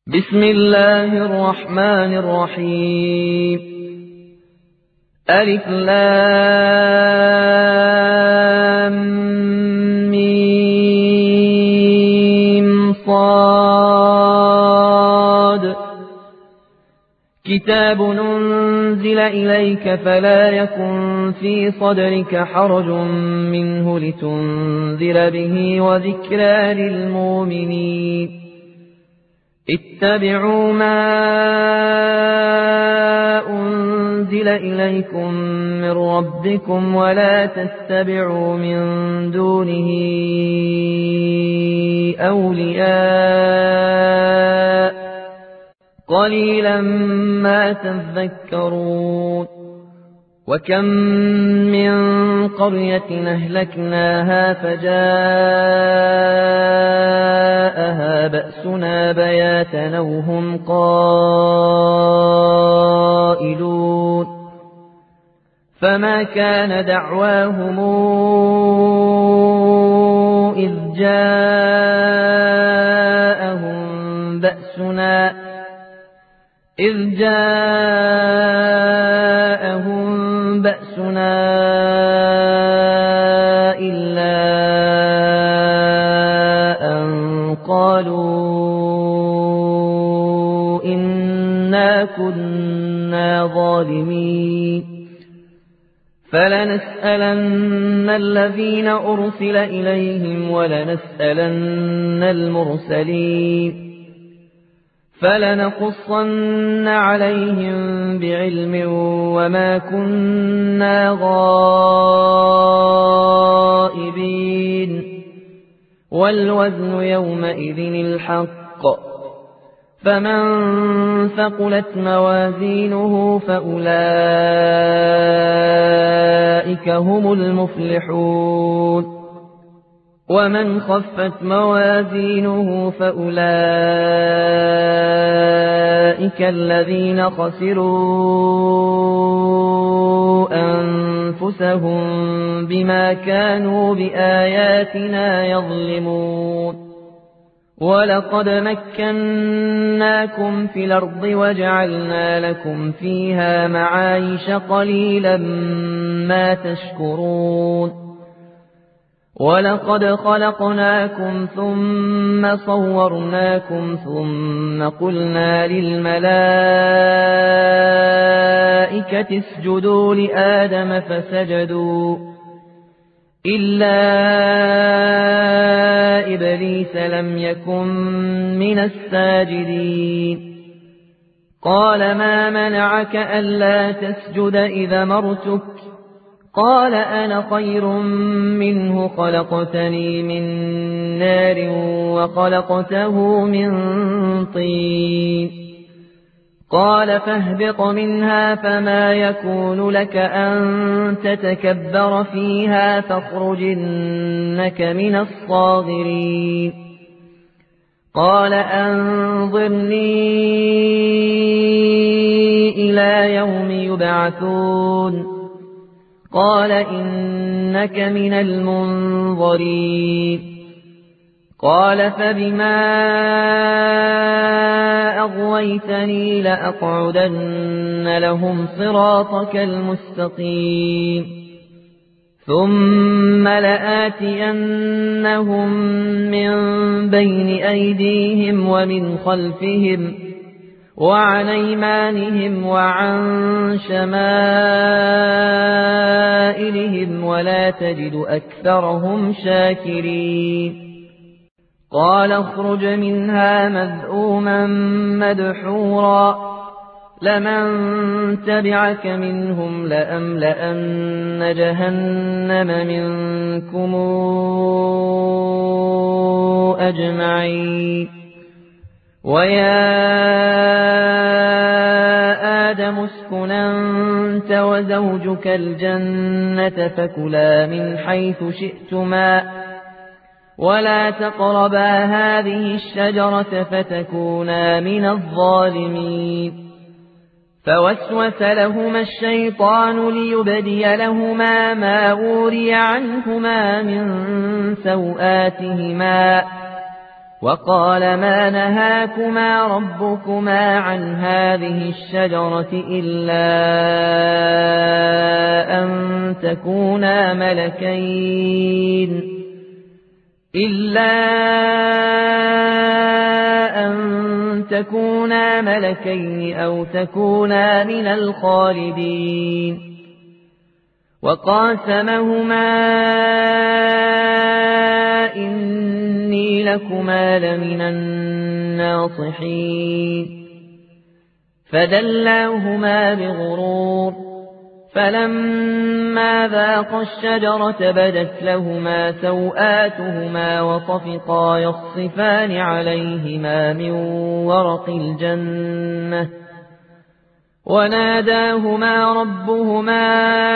بسم الله الرحمن الرحيم. ألف لام ميم صاد. كتاب أنزل إليك فلا يكن في صدرك حرج منه لتنذر به وذكرى للمؤمنين. اتبعوا ما أنزل إليكم من ربكم ولا تتبعوا من دونه أولياء قليلا ما تذكرون. وكم من قرية أهلكناها فجاءها بأسنا بياتا وهم قائلون. فما كان دعواهم إذ جاءهم بأسنا إلا أن قالوا إنا كنا ظالمين. فلنسألن الذين أرسل إليهم ولنسألن المرسلين. فلنقصن عليهم بعلم وما كنا غائبين. والوزن يومئذ الحق. فمن ثقلت موازينه فأولئك هم المفلحون. ومن خفت موازينه فأولئك الذين خسروا أنفسهم بما كانوا بآياتنا يظلمون. ولقد مكناكم في الأرض وجعلنا لكم فيها معايش قليلا ما تشكرون. ولقد خلقناكم ثم صورناكم ثم قلنا للملائكة اسجدوا لآدم فسجدوا إلا إبليس لم يكن من الساجدين. قال ما منعك ألا تسجد إذا مرتك؟ قال أنا خير منه خلقتني من نار وخلقته من طين. قال فاهبط منها فما يكون لك أن تتكبر فيها فاخرج إنك من الصاغرين. قال أنظرني إلى يوم يبعثون. قال إنك من المنظرين. قال فبما أغويتني لأقعدن لهم صراطك المستقيم ثم لآتينهم من بين أيديهم ومن خلفهم وعن أيمانهم وعن شمائلهم ولا تجد أكثرهم شاكرين. قال اخرج منها مذءوما مدحورا لمن تبعك منهم لأملأن جهنم منكم أجمعين. ويا آدم اسكن أنت وزوجك الجنة فكلا من حيث شئتما ولا تقربا هذه الشجرة فتكونا من الظالمين. فوسوس لهما الشيطان ليبدي لهما ما أوري عنهما من سوآتهما وقال ما نهاكما ربكما عن هذه الشجرة إلا أن تكونا ملكين أو تكونا من الخالدين وقاسمهما إني لكما لمن الناصحين فدلاهما بغرور فلما ذاقا الشجرة بدت لهما سوآتهما وطفقا يخصفان عليهما من ورق الجنة وناداهما ربهما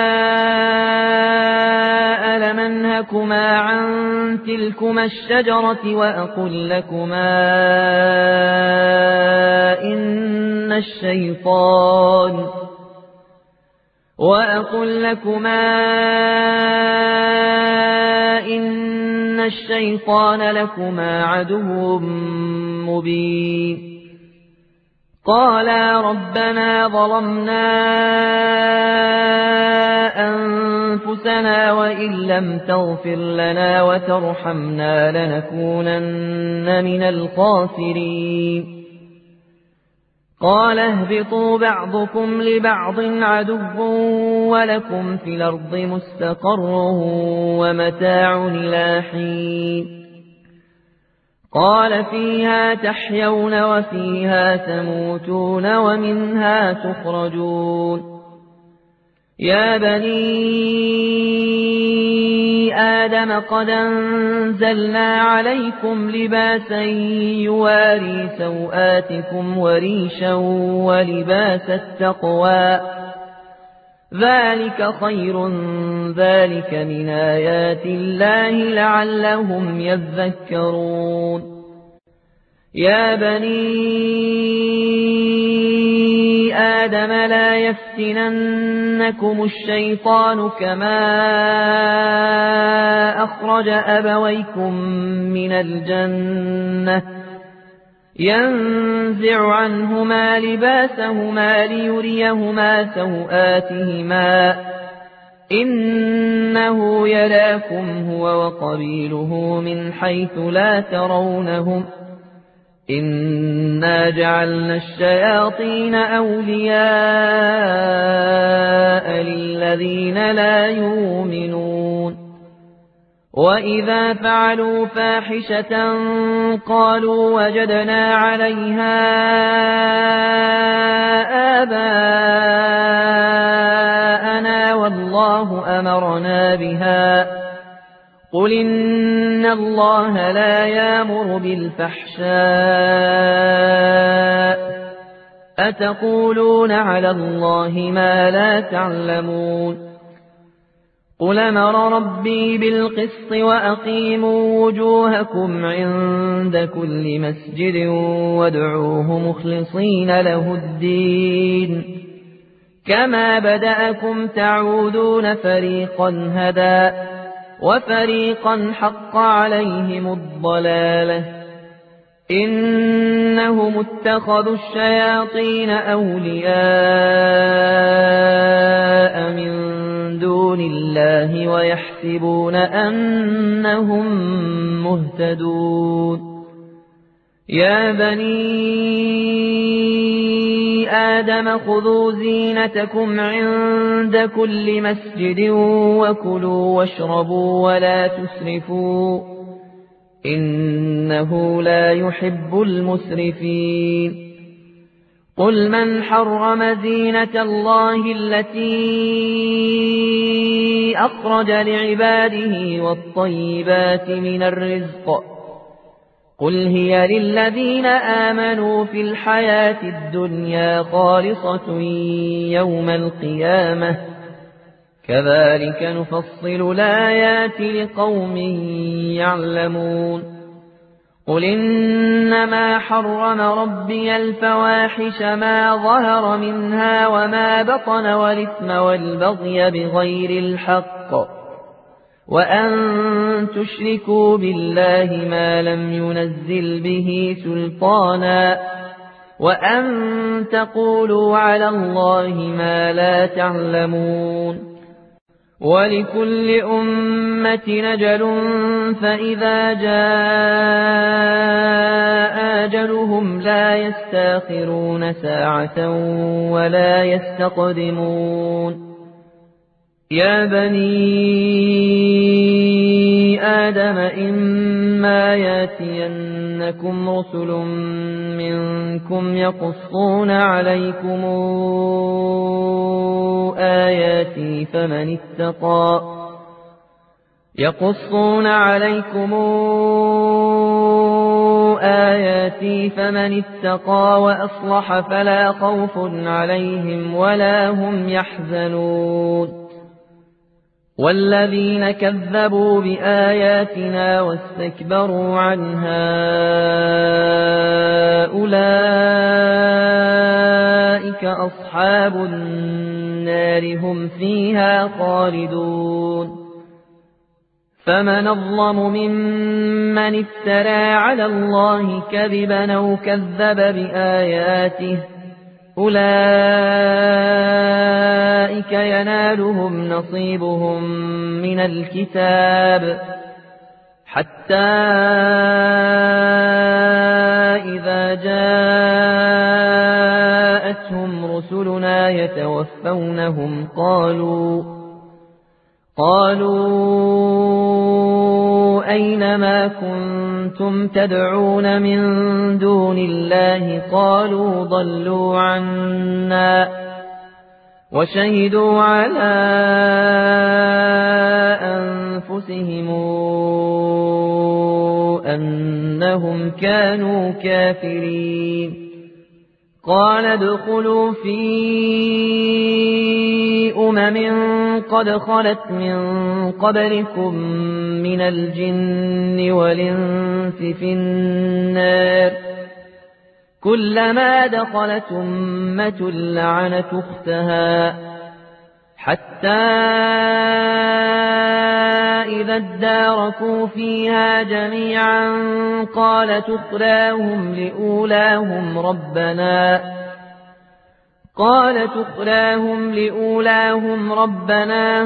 ألم أنهكما عن تلكما الشجرة وأقل لكما إن الشيطان لكما عدو مبين قالا ربنا ظلمنا أنفسنا وإن لم تغفر لنا وترحمنا لنكونن من الخاسرين قال اهبطوا بعضكم لبعض عدو ولكم في الأرض مستقر ومتاع إلى حين قال فيها تحيون وفيها تموتون ومنها تخرجون يا بني آدم قد أنزلنا عليكم لباسا يواري سوآتكم وريشا ولباس التقوى ذلك خير ذلك من آيات الله لعلهم يذكرون يا بني آدم لا يفتننكم الشيطان كما أخرج أبويكم من الجنة ينزع عنهما لباسهما ليريهما سوآتهما إنه يراكم هو وقبيله من حيث لا ترونهم إنا جعلنا الشياطين أولياء للذين لا يؤمنون وإذا فعلوا فاحشة قالوا وجدنا عليها آباءنا والله أمرنا بها قل إن الله لا يأمر بالفحشاء أتقولون على الله ما لا تعلمون قل أمر ربي بالقسط وأقيموا وجوهكم عند كل مسجد وادعوه مخلصين له الدين كما بدأكم تعودون فريقا هدى وفريقا حق عليهم الضلالة إنهم اتخذوا الشياطين أولياء من دون الله ويحسبون أنهم مهتدون يا بني آدم خذوا زينتكم عند كل مسجد وكلوا واشربوا ولا تسرفوا إنه لا يحب المسرفين قل من حرم زينة الله التي أخرج لعباده والطيبات من الرزق قل هي للذين آمنوا في الحياة الدنيا خالصة يوم القيامة كذلك نفصل الآيات لقوم يعلمون قل إنما حرم ربي الفواحش ما ظهر منها وما بطن والإثم والبغي بغير الحق وأن تشركوا بالله ما لم ينزل به سلطانا وأن تقولوا على الله ما لا تعلمون ولكل أمة أجل فإذا جاء أجلهم لا يستأخرون ساعة ولا يستقدمون يا بني آدم إما ياتينكم رسل منكم يقصون عليكم آياتي فمن اتقى وأصلح فلا خوف عليهم ولا هم يحزنون والذين كذبوا بآياتنا واستكبروا عنها أولئك أصحاب النار هم فيها خالدون فمن أظلم ممن افترى على الله كذبا أو كذب بآياته أولئك ينالهم نصيبهم من الكتاب حتى إذا جاءتهم رسلنا يتوفونهم قالوا أين ما كنتم تدعون من دون الله قالوا ضلوا عنا وشهدوا على أنفسهم أنهم كانوا كافرين قال ادخلوا في قد خلت من قبلكم من الجن والإنس في النار كلما دخلت أمة لعنت أختها حتى إذا اداركوا فيها جميعا قالت أخراهم لأولاهم ربنا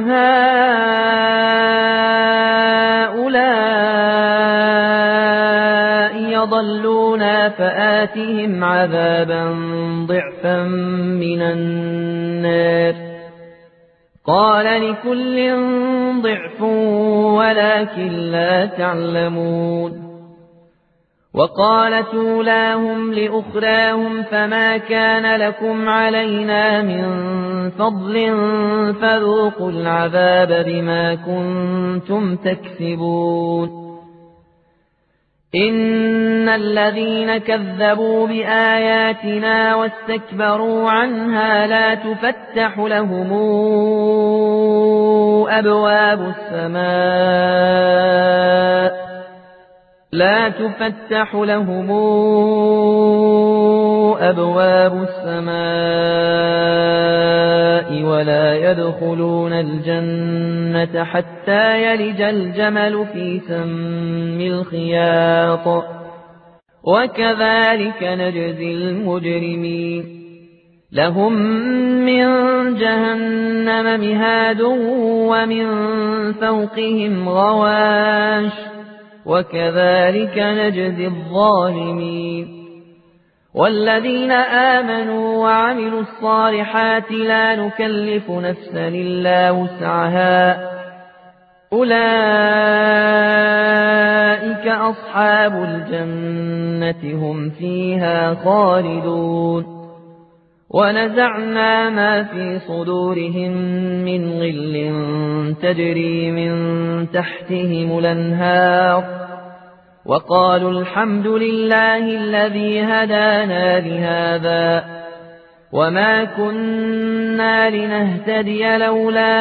هؤلاء يضلونا فآتهم عذابا ضعفا من النار قال لكل ضعف ولكن لا تعلمون وقالت أولاهم لأخراهم فما كان لكم علينا من فضل فذوقوا العذاب بما كنتم تكسبون إن الذين كذبوا بآياتنا واستكبروا عنها لا تفتح لهم أبواب السماء ولا يدخلون الجنة حتى يلج الجمل في سم الخياط وكذلك نجزي المجرمين لهم من جهنم مهاد ومن فوقهم غواش وكذلك نجزي الظالمين والذين آمنوا وعملوا الصالحات لا نكلف نفسا إلا وسعها أولئك أصحاب الجنة هم فيها خالدون ونزعنا ما في صدورهم من غل تجري من تحتهم الأنهار وقالوا الحمد لله الذي هدانا لهذا وما كنا لنهتدي لولا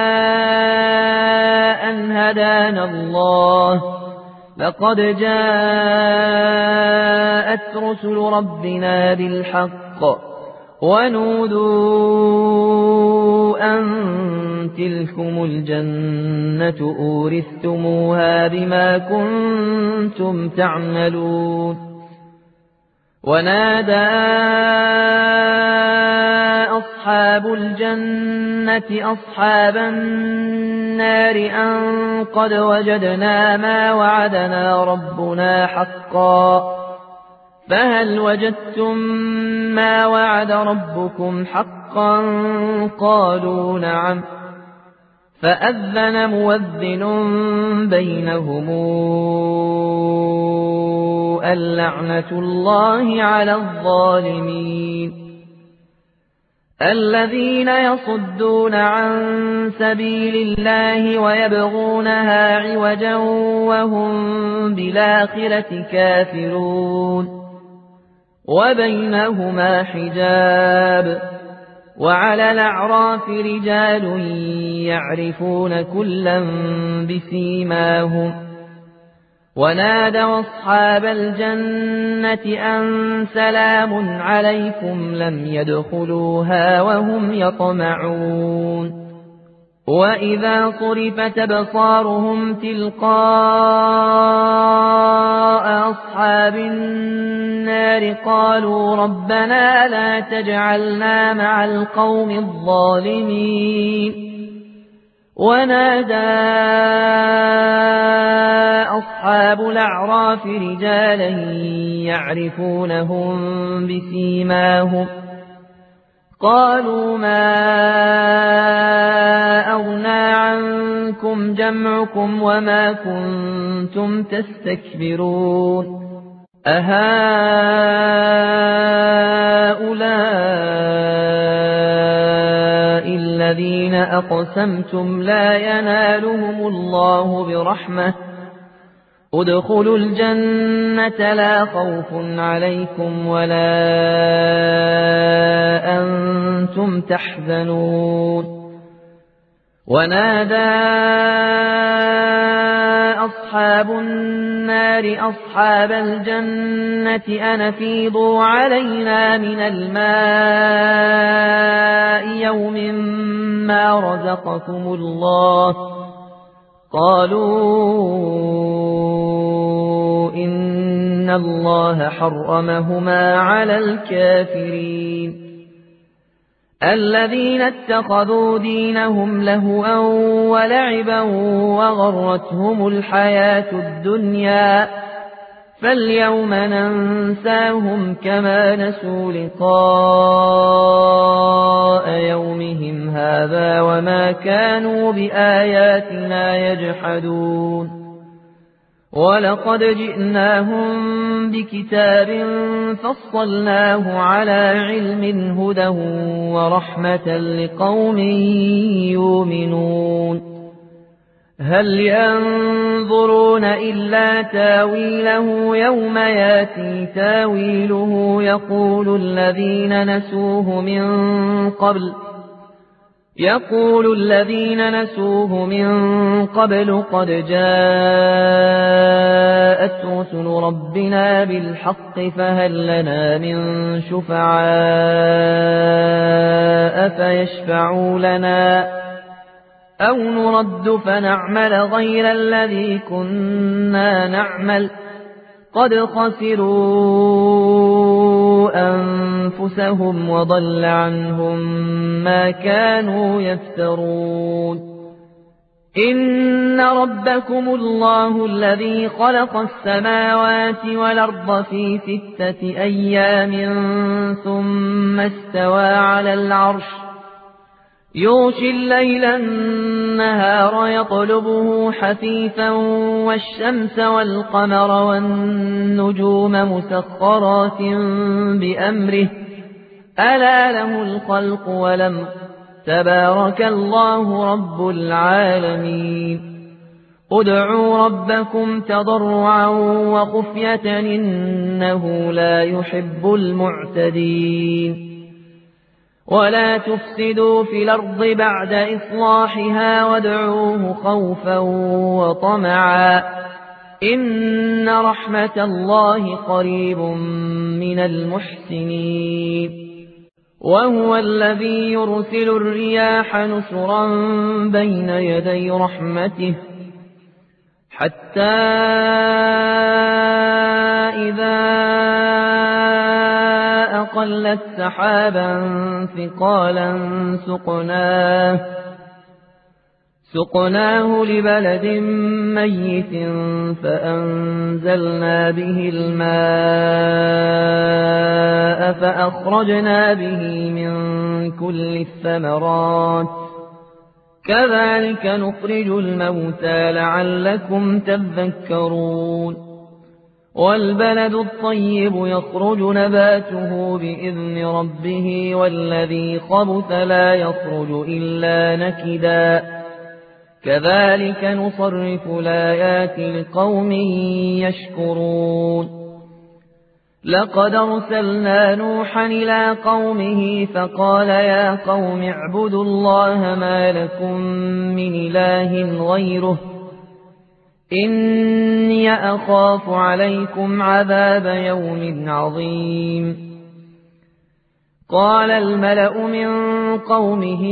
أن هدانا الله لقد جاءت رسل ربنا بالحق ونودوا أن تلكم الجنة أورثتموها بما كنتم تعملون ونادى أصحاب الجنة أصحاب النار أن قد وجدنا ما وعدنا ربنا حقا فهل وجدتم ما وعد ربكم حقا قالوا نعم فأذن مؤذن بينهم اللعنة الله على الظالمين الذين يصدون عن سبيل الله ويبغونها عوجا وهم بالآخرة كافرون وبينهما حجاب وعلى الأعراف رجال يعرفون كلا بسيماهم ونادوا أصحاب الجنة أن سلام عليكم لم يدخلوها وهم يطمعون وإذا صرفت أبصارهم تلقاء أصحاب النار قالوا ربنا لا تجعلنا مع القوم الظالمين ونادى أصحاب الأعراف رجالا يعرفونهم بسيماهم قالوا ما أغنى عنكم جمعكم وما كنتم تستكبرون أهؤلاء الذين أقسمتم لا ينالهم الله برحمة ادخلوا الجنة لا خوف عليكم ولا أنتم تحزنون ونادى أصحاب النار أصحاب الجنة أن أفيضوا علينا من الماء يوم ما رزقكم الله قالوا إن الله حرمهما على الكافرين الذين اتخذوا دينهم لهوا ولعبا وغرتهم الحياة الدنيا فاليوم ننساهم كما نسوا لقاء يومهم هذا وما كانوا بآياتنا يجحدون ولقد جئناهم بكتاب فصلناه على علم هدى ورحمة لقوم يؤمنون هل ينظرون إلا تاويله يوم ياتي تاويله يقول الذين نسوه من قبل قد جاءت رسل ربنا بالحق فهل لنا من شفعاء فيشفعوا لنا أو نرد فنعمل غير الذي كنا نعمل قد خسروا أنفسهم وضل عنهم ما كانوا يفترون إن ربكم الله الذي خلق السماوات والأرض في 6 أيام ثم استوى على العرش يغشي الليل النهار يطلبه حثيثا والشمس والقمر والنجوم مسخرات بأمره ألا له الخلق والأمر تبارك الله رب العالمين ادعوا ربكم تضرعا وخفية إنه لا يحب المعتدين ولا تفسدوا في الأرض بعد إصلاحها وادعوه خوفا وطمعا إن رحمة الله قريب من المحسنين وهو الذي يرسل الرياح نشرا بين يدي رحمته حتى إذا أقلت سحابا ثقالا سقناه لبلد ميت فأنزلنا به الماء فأخرجنا به من كل الثمرات كذلك نخرج الموتى لعلكم تذكرون والبلد الطيب يخرج نباته بإذن ربه والذي خبث لا يخرج إلا نكدا كذلك نصرف الآيات لقوم يشكرون لقد أرسلنا نوحا إلى قومه فقال يا قوم اعبدوا الله ما لكم من إله غيره إني أخاف عليكم عذاب يوم عظيم قال الملأ من قومه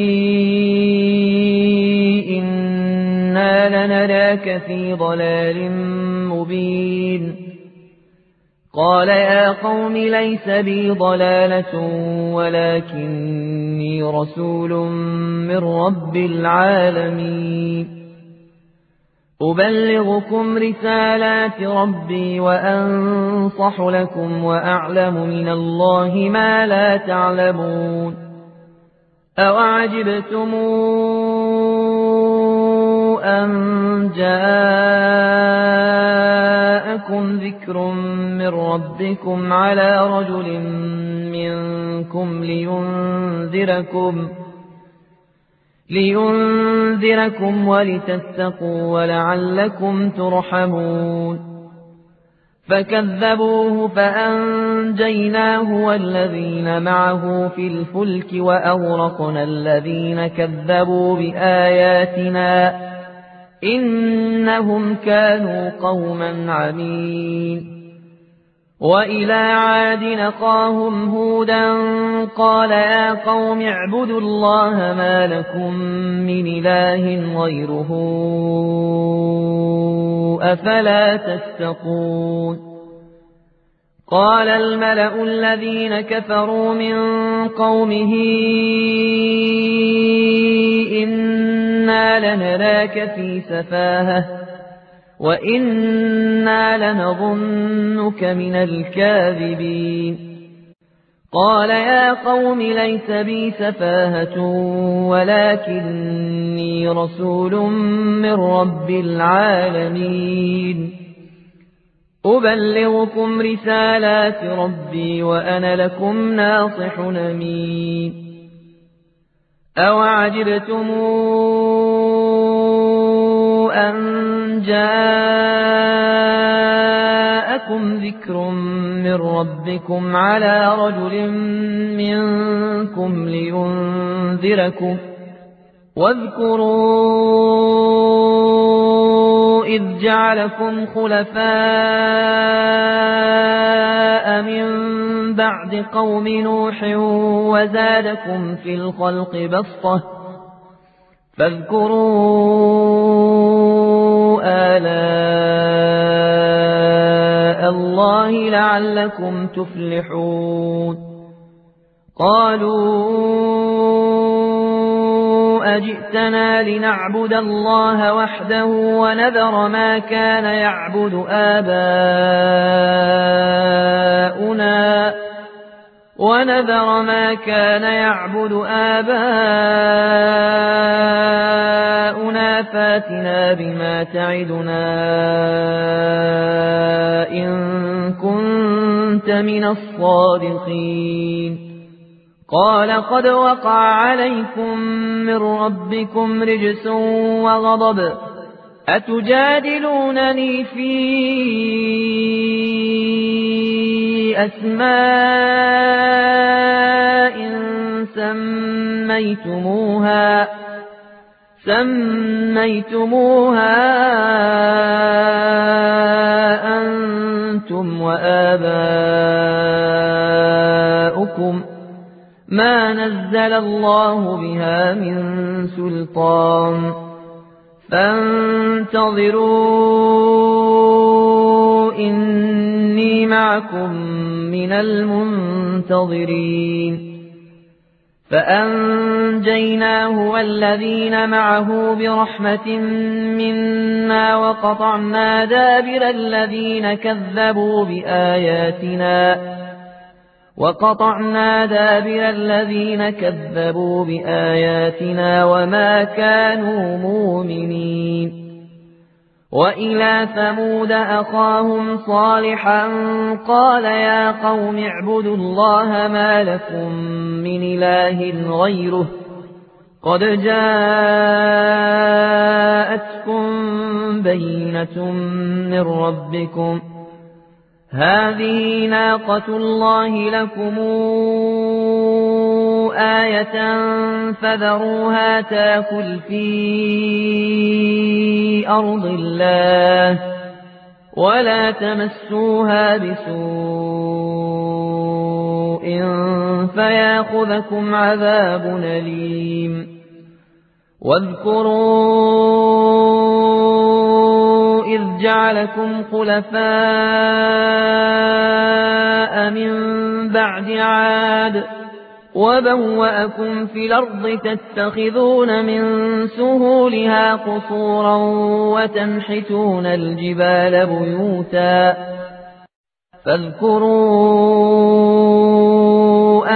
إنا لنراك في ضلال مبين قال يا قوم ليس بي ضلالة ولكني رسول من رب العالمين أبلغكم رسالات ربي وأنصح لكم وأعلم من الله ما لا تعلمون أوعجبتم أن جاءكم ذكر من ربكم على رجل منكم لينذركم ولتتقوا ولعلكم ترحمون فكذبوه فأنجيناه والذين معه في الفلك وأغرقنا الذين كذبوا بآياتنا إنهم كانوا قوما عمين وإلى عاد أخاهم هودا قال يا قوم اعبدوا الله ما لكم من إله غيره أفلا تتقون قال الملأ الذين كفروا من قومه إنا لنراك في سفاهة وإنا لنظنك من الكاذبين قال يا قوم ليس بي سفاهة ولكني رسول من رب العالمين أبلغكم رسالات ربي وأنا لكم ناصح أمين أوعجبتم أن جاءكم ذكر من ربكم على رجل منكم لينذركم واذكروا إذ جعلكم خلفاء من بعد قوم نوح وزادكم في الخلق بسطة فاذكروا آلاء الله لعلكم تفلحون قالوا أجئتنا لنعبد الله وحده ونذر ما كان يعبد آباؤنا فاتنا بما تعدنا إن كنت من الصادقين قال قد وقع عليكم من ربكم رجس وغضب أتجادلونني في أسماء سميتموها أنتم وآباؤكم ما نزل الله بها من سلطان فانتظروا إني معكم من المنتظرين فأنجيناه والذين معه برحمة منا وقطعنا دابر الذين كذبوا بآياتنا وما كانوا مؤمنين وإلى ثمود أخاهم صالحا قال يا قوم اعبدوا الله ما لكم من إله غيره قد جاءتكم بينة من ربكم هذه ناقة الله لكم آية فذروها تاكل في أرض الله ولا تمسوها بسوء فياخذكم عذاب أليم واذكروا إذ جعلكم خلفاء من بعد عاد وبوأكم في الأرض تتخذون من سهولها قصورا وتنحتون الجبال بيوتا فاذكروا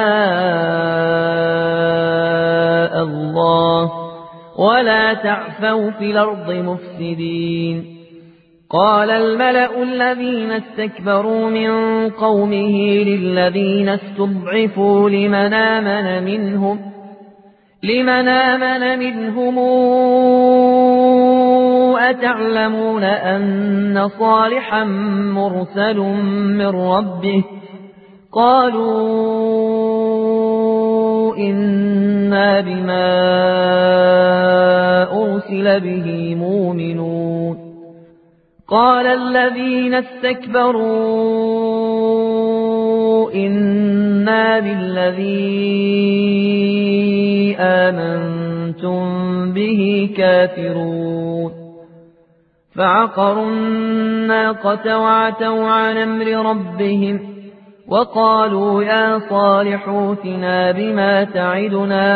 آلاء الله ولا تعثوا في الأرض مفسدين قال الملأ الذين استكبروا من قومه للذين استضعفوا لمن آمن منهم أتعلمون أن صالحا مرسل من ربه قالوا إنا بما أرسل به مؤمنون قال الذين استكبروا إنا بالذي آمنتم به كافرون فعقروا الناقة وعتوا عن أمر ربهم وقالوا يا صالح ائتنا بما تعدنا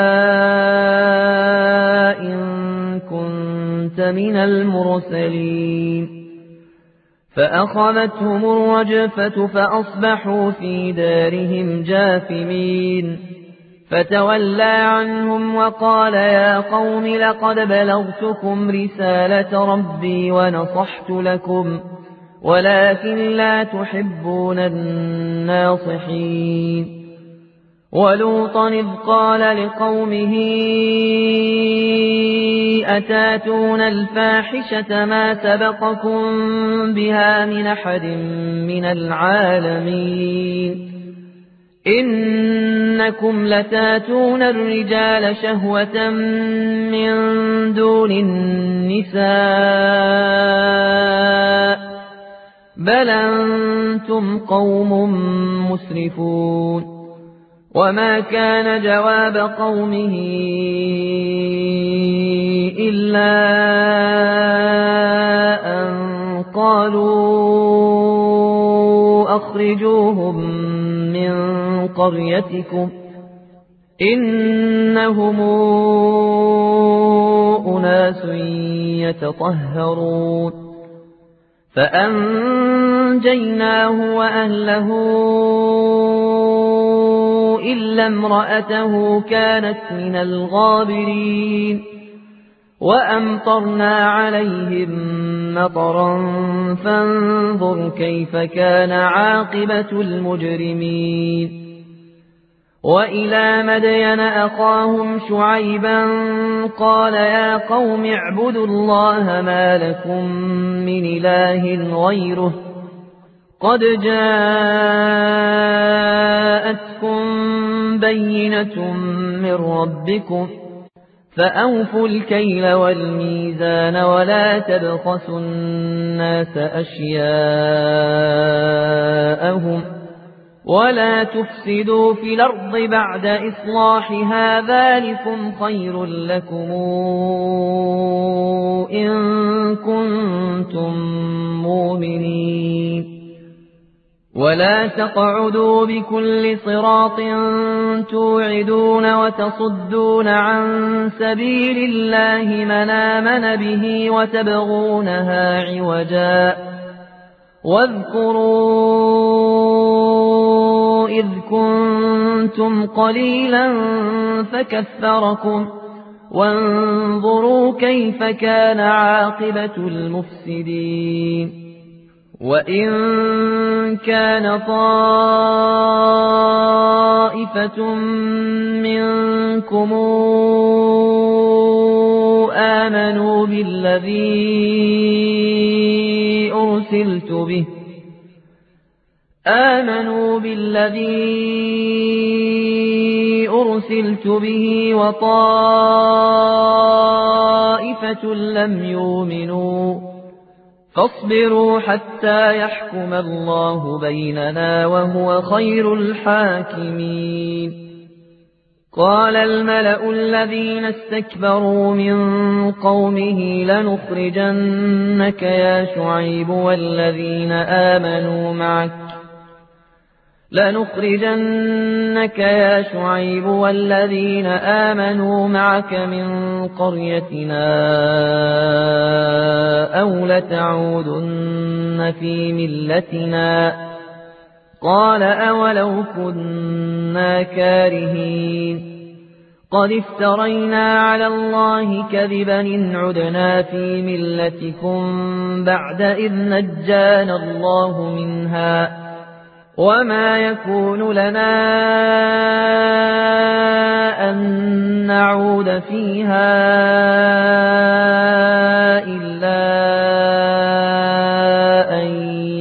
إن كنت من المرسلين فأخذتهم الرجفة فأصبحوا في دارهم جاثمين فتولى عنهم وقال يا قوم لقد بلغتكم رسالة ربي ونصحت لكم ولكن لا تحبون الناصحين ولوطا إذ قال لقومه أتاتون الفاحشة ما سبقكم بها من أحد من العالمين إنكم لتاتون الرجال شهوة من دون النساء بل أنتم قوم مسرفون وما كان جواب قومه إلا أن قالوا أخرجوهم من قريتكم إنهم أناس يتطهرون فأنجيناه وأهله إلا امرأته كانت من الغابرين وأمطرنا عليهم مطرا فانظر كيف كان عاقبة المجرمين وإلى مدين أخاهم شعيبا قال يا قوم اعبدوا الله ما لكم من إله غيره قد جاءتكم بينة من ربكم فأوفوا الكيل والميزان ولا تبخسوا الناس أشياءهم ولا تفسدوا في الأرض بعد إصلاحها ذلكم خير لكم إن كنتم مؤمنين ولا تقعدوا بكل صراط توعدون وتصدون عن سبيل الله من آمن به وتبغونها عوجا واذكروا إذ كنتم قليلا فكثركم وانظروا كيف كان عاقبة المفسدين وإن كان طائفة منكم آمنوا بالذي أرسلت به وطائفة لم يؤمنوا فاصبروا حتى يحكم الله بيننا وهو خير الحاكمين قال الملأ الذين استكبروا من قومه لنخرجنك يا شعيب والذين آمنوا معك من قريتنا أو لتعودن في ملتنا قال أولو كنا كارهين قد افترينا على الله كذبا إن عدنا في ملتكم بعد إذ نجانا الله منها وما يكون لنا أن نعود فيها إلا أن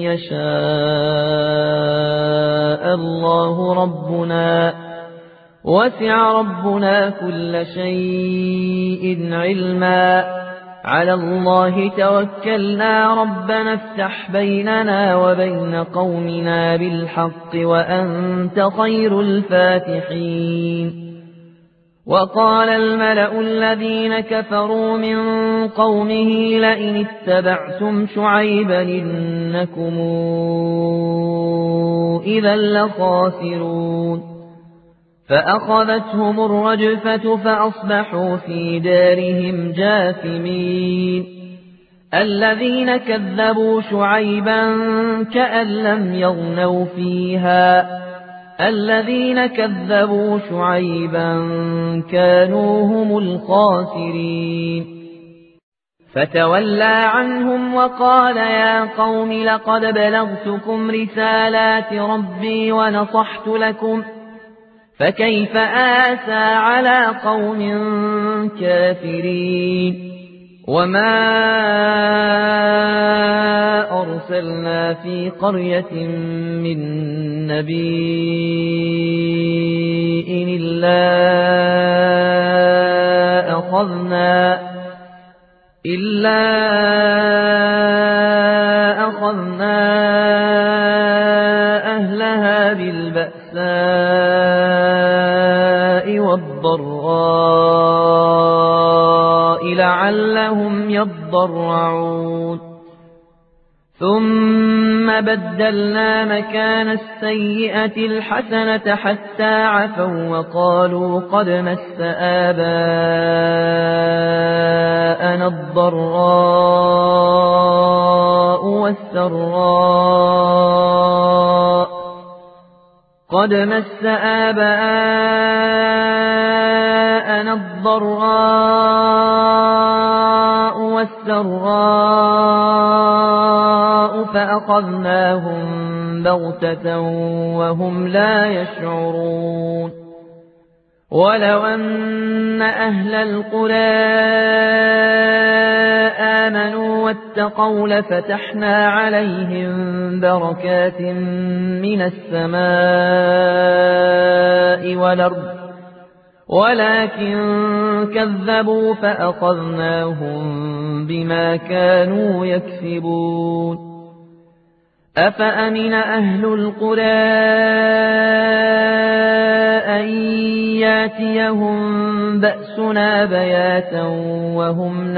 يشاء الله ربنا وسع ربنا كل شيء علما على الله توكلنا ربنا افتح بيننا وبين قومنا بالحق وأنت خير الفاتحين وقال الملأ الذين كفروا من قومه لئن اتبعتم شعيبا إنكم إذا لخاسرون فأخذتهم الرجفة فأصبحوا في دارهم جاثمين الذين كذبوا شعيبا كأن لم يغنوا فيها الذين كذبوا شعيبا كانوا هم الخاسرين فتولى عنهم وقال يا قوم لقد بلغتكم رسالات ربي ونصحت لكم فكيف آسى على قوم كافرين وما أرسلنا في قرية من نبي إلا أخذنا أهلها بالبأساء والضراء لعلهم يضرعون ثم بدلنا مكان السيئة الحسنة حتى عفوا وقالوا قد مس آباءنا الضراء والسراء فأخذناهم بغتة وهم لا يشعرون ولو أن أهل القرى آمنوا واتقوا لفتحنا عليهم بركات من السماء والأرض ولكن كذبوا فأخذناهم بما كانوا يكسبون أفأمن أهل القرى أن ياتيهم بأسنا بياتا وهم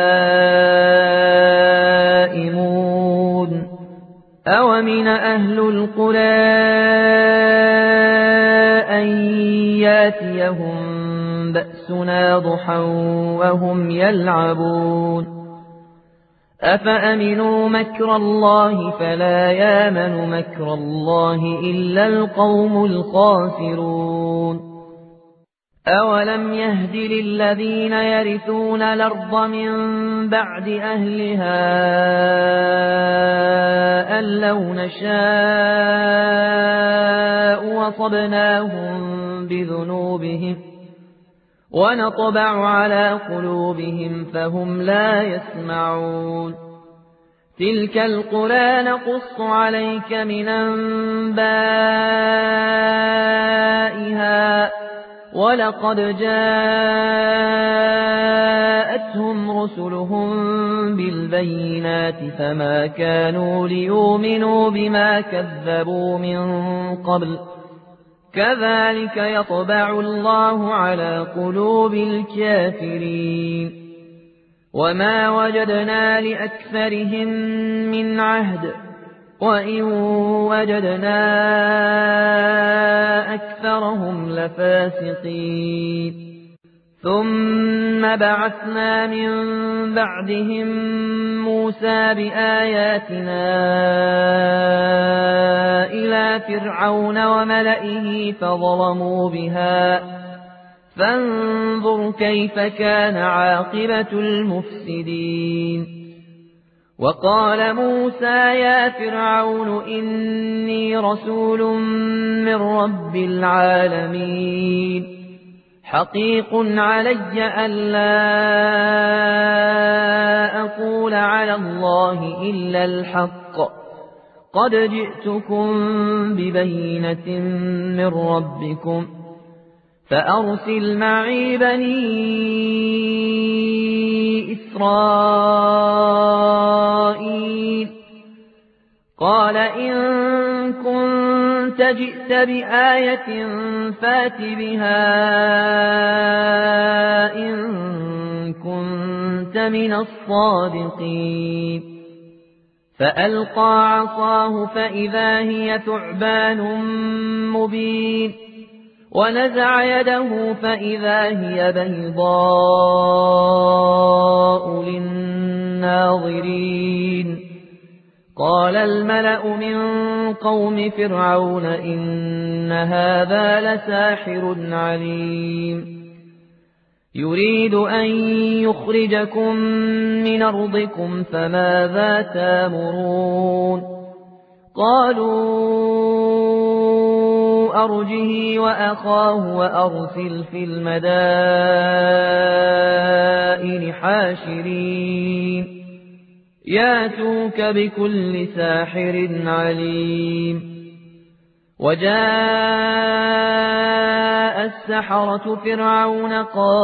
نائمون أومن أهل القرى أن ياتيهم بأسنا ضحى وهم يلعبون أفأمنوا مكر الله فلا يامن مكر الله إلا القوم الخاسرون أولم يهد للذين يرثون الأرض من بعد أهلها أن لو نشاء وصبناهم بذنوبهم ونطبع على قلوبهم فهم لا يسمعون تلك القرى نقص عليك من أنبائها ولقد جاءتهم رسلهم بالبينات فما كانوا ليؤمنوا بما كذبوا من قبل كذلك يطبع الله على قلوب الكافرين وما وجدنا لأكثرهم من عهد وإن وجدنا أكثرهم لفاسقين ثم بعثنا من بعدهم موسى بآياتنا إلى فرعون وملئه فظلموا بها فانظر كيف كان عاقبة المفسدين وقال موسى يا فرعون إني رسول من رب العالمين حقيق علي ألا أقول على الله إلا الحق قد جئتكم ببينة من ربكم فأرسل معي بني إسرائيل قال إن كنت جئت بآية فات بها إن كنت من الصادقين فألقى عصاه فإذا هي ثعبان مبين ونزع يده فإذا هي بيضاء للناظرين قال الملأ من قوم فرعون إن هذا لساحر عليم يريد أن يخرجكم من أرضكم فماذا تامرون قالوا أرجه وأخاه وأرسل في المدائن حاشرين ياتوك بكل ساحر عليم وجاء السحرة فرعون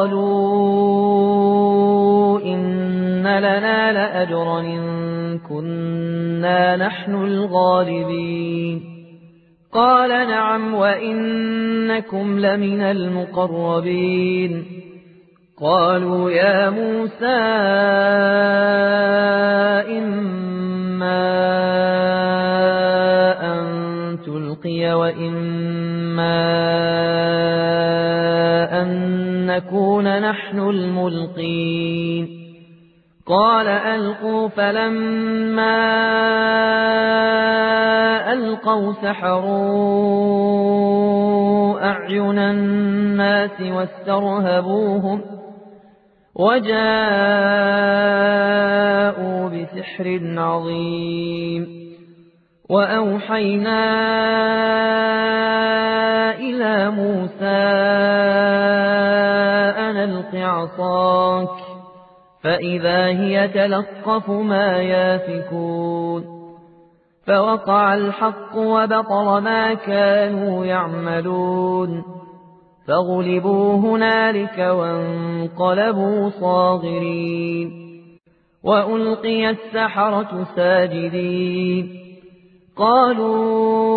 قالوا إن لنا لأجرا إن كنا نحن الغالبين قال نعم وإنكم لمن المقربين قالوا يا موسى إما أن تلقي وإما أن نكون نحن الملقين قال ألقوا فلما ألقوا سحروا أعين الناس واسترهبوهم وجاءوا بسحر عظيم وأوحينا إلى موسى أن ألق عصاك فإذا هي تلقف ما يافكون فوقع الحق وبطل ما كانوا يعملون فغلبوا هنالك وانقلبوا صاغرين وألقي السحرة ساجدين قالوا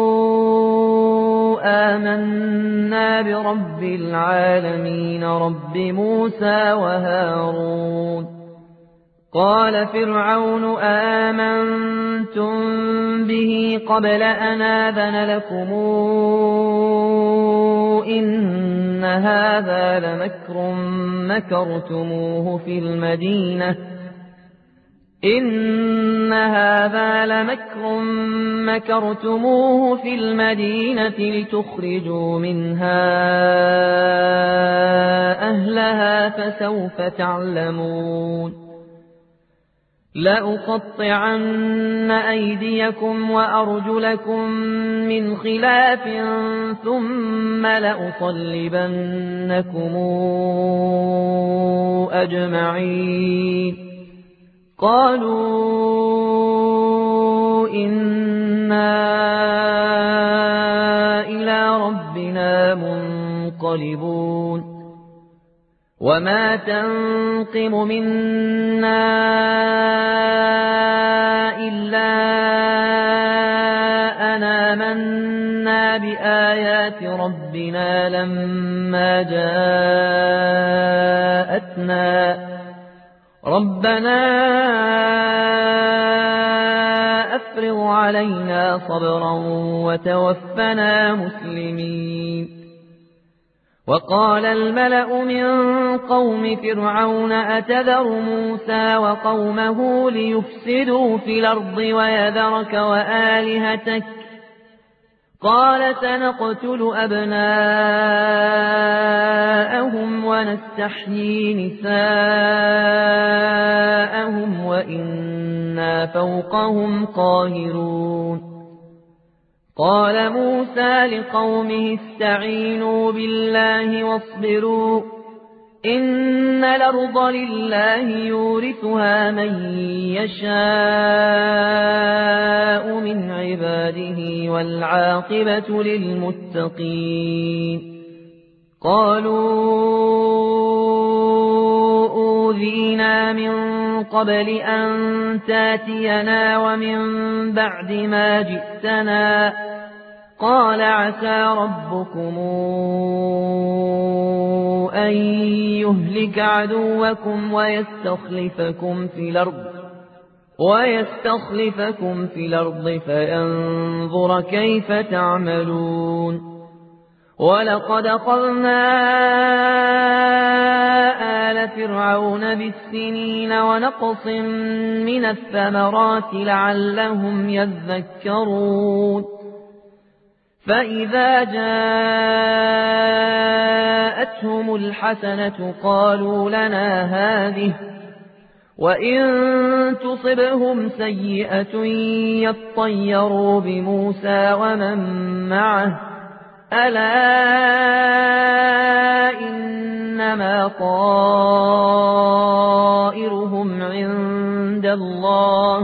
آمنا برب العالمين رب موسى وهارون قال فرعون آمنتم به قبل أن آذن لكم إن هذا لمكر مكرتموه في المدينة لتخرجوا منها أهلها فسوف تعلمون لأقطعن أيديكم وأرجلكم من خلاف ثم لأصلبنكم أجمعين قالوا إنا إلى ربنا منقلبون وما تنقم منا إلا أن آمنا بآيات ربنا لما جاءتنا ربنا أفرغ علينا صبرا وتوفنا مسلمين وقال الملأ من قوم فرعون أتذر موسى وقومه ليفسدوا في الأرض ويذرك وآلهتك قال سنقتل أبناءهم ونستحيي نساءهم وإنا فوقهم قاهرون قال موسى لقومه استعينوا بالله واصبروا إن الأرض لله يورثها من يشاء من عباده والعاقبة للمتقين قالوا أوذينا من قبل أن تاتينا ومن بعد ما جئتنا قال عسى ربكم أن يهلك عدوكم ويستخلفكم في الأرض فينظر كيف تعملون ولقد أخذنا آل فرعون بالسنين ونقص من الثمرات لعلهم يذكرون فإذا جاءتهم الحسنة قالوا لنا هذه وإن تصبهم سيئة يطيروا بموسى ومن معه ألا إنما طائرهم عند الله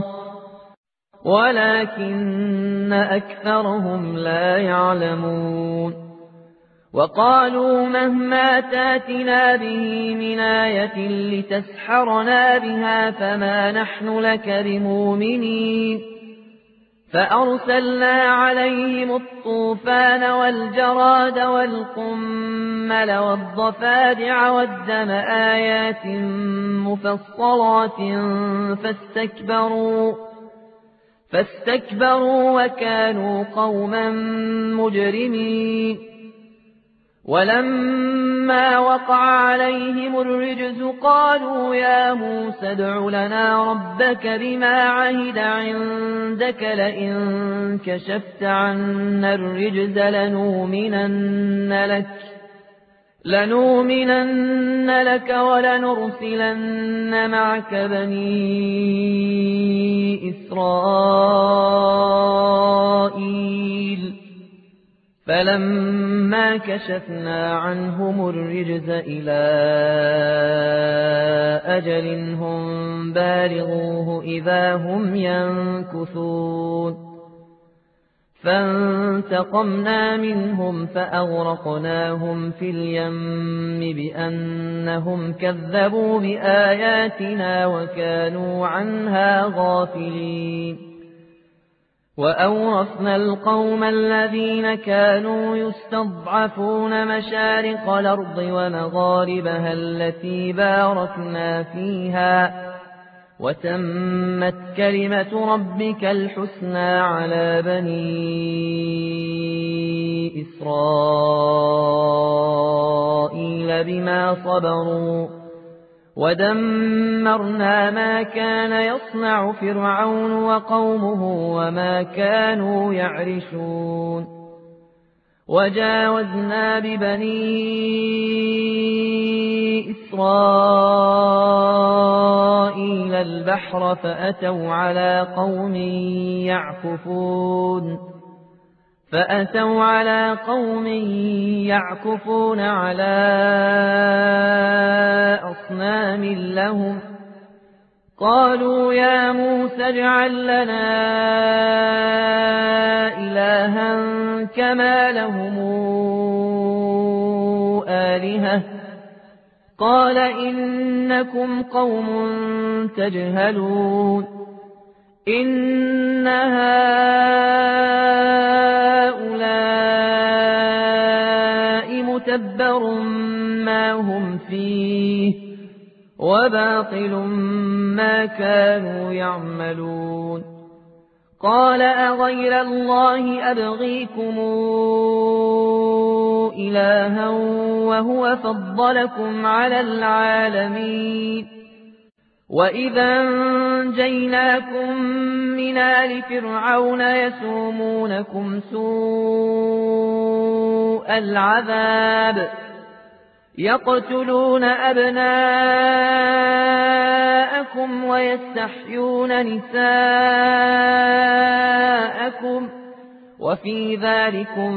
ولكن أكثرهم لا يعلمون وقالوا مهما تاتنا به من آية لتسحرنا بها فما نحن لك بمؤمنين فأرسلنا عليهم الطوفان والجراد والقمل والضفادع والدم آيات مفصلات فاستكبروا وكانوا قوما مجرمين ولما وقع عليهم الرجز قالوا يا موسى ادع لنا ربك بما عهد عندك لئن كشفت عنا الرجز لنؤمنن لك ولنرسلن معك بني إسرائيل فلما كشفنا عنهم الرجز إلى أجل هم بالغوه إذا هم ينكثون فانتقمنا منهم فأغرقناهم في اليم بأنهم كذبوا بآياتنا وكانوا عنها غافلين وأورثنا القوم الذين كانوا يستضعفون مشارق الأرض ومغاربها التي باركنا فيها وتمت كلمة ربك الحسنى على بني إسرائيل بما صبروا ودمرنا ما كان يصنع فرعون وقومه وما كانوا يعرشون وجاوزنا ببني إسرائيل البحر فأتوا على قوم يعكفون على أصنام لهم قالوا يا موسى اجعل لنا إلها كما لهم آلهة قال إنكم قوم تجهلون إن هؤلاء متبر ما هم فيه وباطل ما كانوا يعملون قال أغير الله أبغيكم إلها وهو فضلكم على العالمين وإذا أنجيناكم من آل فرعون يسومونكم سوء العذاب يقتلون أبناءكم ويستحيون نساءكم وفي ذلكم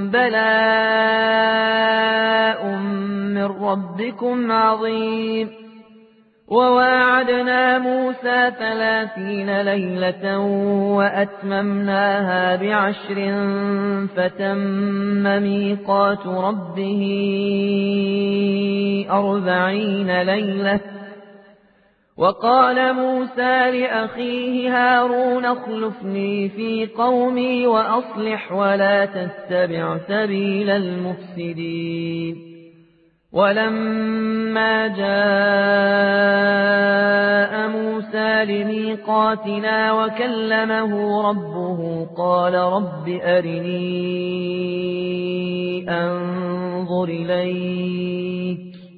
بلاء من ربكم عظيم وواعدنا موسى 30 ليلة وأتممناها ب10 فتم ميقات ربه 40 ليلة وقال موسى لأخيه هارون اخلفني في قومي وأصلح ولا تتبع سبيل المفسدين ولما جاء موسى لميقاتنا وكلمه ربه قال رب أرني أنظر إليك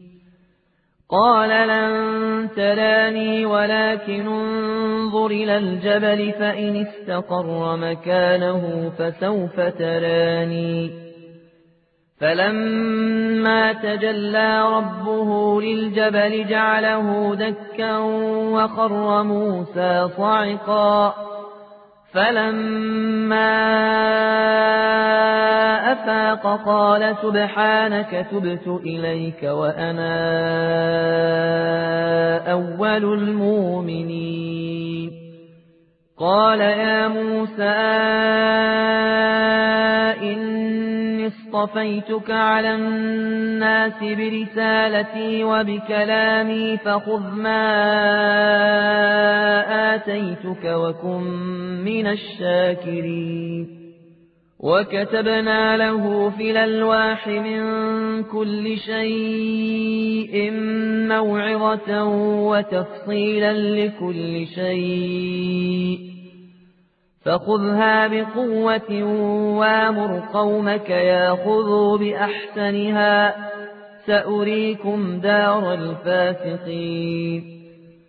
قال لن تراني ولكن انظر إلى الجبل فإن استقر مكانه فسوف تراني فلما تجلى ربه للجبل جعله دكا وخر موسى صعقا فلما أفاق قال سبحانك تبت إليك وأنا أول المؤمنين قال يا موسى إني اصطفيتك على الناس برسالتي وبكلامي فخذ ما آتيتك وكن من الشاكرين وكتبنا له في الألواح من كل شيء موعظة وتفصيلا لكل شيء فخذها بقوة وامر قومك ياخذوا بأحسنها سأريكم دار الفاسقين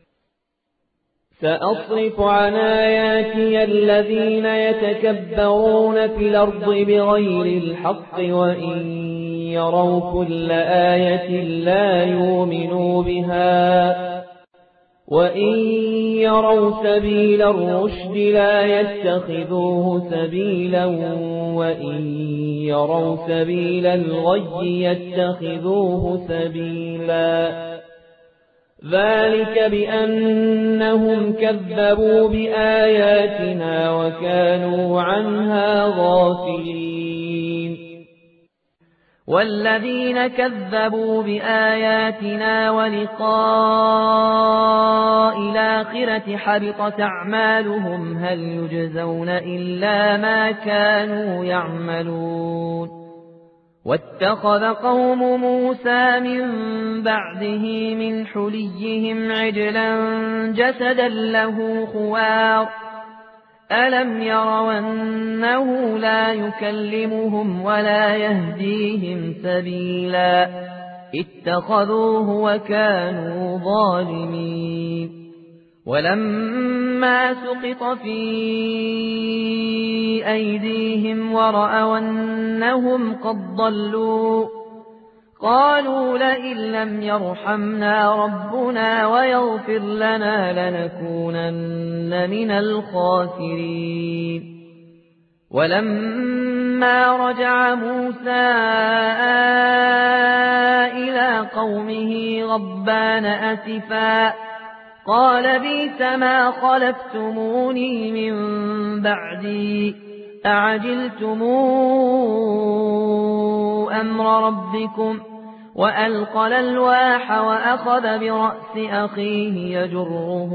سأصرف عن آياتي الذين يتكبرون في الأرض بغير الحق وإن يروا كل آية لا يؤمنوا بها وإن يروا سبيل الرشد لا يتخذوه سبيلا وإن يروا سبيل الغي يتخذوه سبيلا ذلك بأنهم كذبوا بآياتنا وكانوا عنها غافلين والذين كذبوا بآياتنا ولقاء الآخرة حبطت أعمالهم هل يجزون إلا ما كانوا يعملون واتخذ قوم موسى من بعده من حليهم عجلا جسدا له خوار ألم يروا أنه لا يكلمهم ولا يهديهم سبيلا اتخذوه وكانوا ظالمين ولما سقط في أيديهم ورأوا أنهم قد ضلوا قالوا لئن لم يرحمنا ربنا ويغفر لنا لنكونن من الخاسرين ولما رجع موسى إلى قومه غضبان أسفا قال بئس ما خلفتموني من بعدي أعجلتم أمر ربكم وألقى الألواح وأخذ برأس أخيه يجره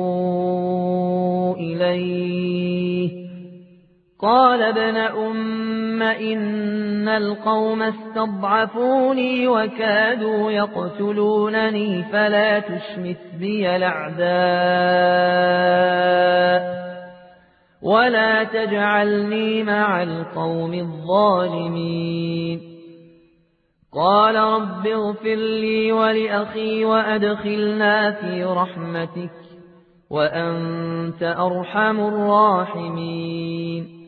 إليه قال ابن أم إن القوم استضعفوني وكادوا يقتلونني فلا تشمت بي الأعداء ولا تجعلني مع القوم الظالمين قال رب اغفر لي ولأخي وأدخلنا في رحمتك وأنت أرحم الراحمين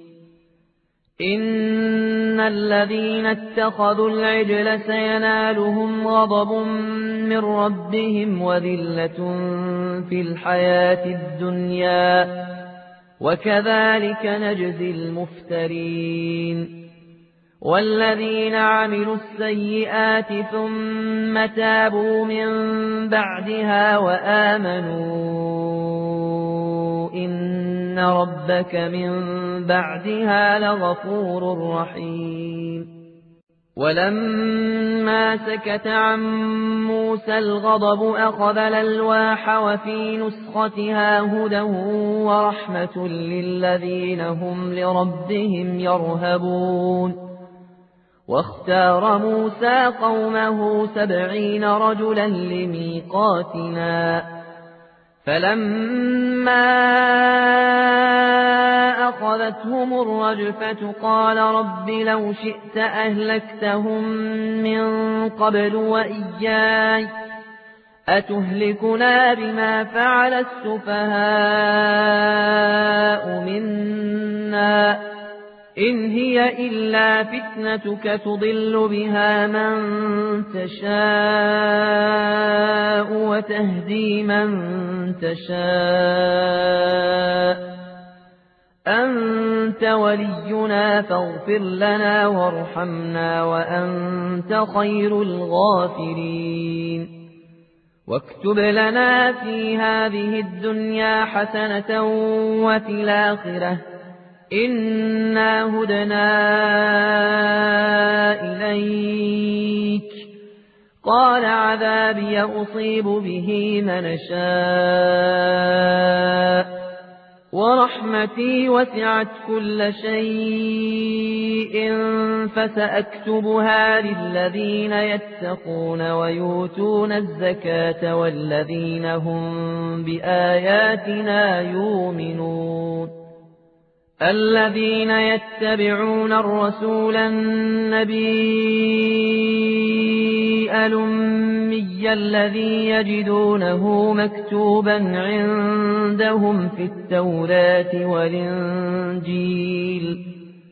إن الذين اتخذوا العجل سينالهم غضب من ربهم وذلة في الحياة الدنيا وكذلك نجزي المفترين والذين عملوا السيئات ثم تابوا من بعدها وآمنوا إن ربك من بعدها لغفور رحيم ولما سكت عن موسى الغضب أخذ الألواح وفي نسختها هدى ورحمة للذين هم لربهم يرهبون واختار موسى قومه 70 رجلا لميقاتنا فلما أخذتهم الرجفة قال رب لو شئت أهلكتهم من قبل وإياي أتهلكنا بما فعل السفهاء منا إن هي إلا فتنتك تضل بها من تشاء وتهدي من تشاء أنت ولينا فاغفر لنا وارحمنا وأنت خير الغافرين واكتب لنا في هذه الدنيا حسنة وفي الآخرة إنا هدنا إليك قال عذابي أصيب به من شاء ورحمتي وسعت كل شيء فسأكتبها للذين يتقون ويؤتون الزكاة والذين هم بآياتنا يؤمنون الذين يتبعون الرسول النبي الأمي الذي يجدونه مكتوبا عندهم في التوراة والإنجيل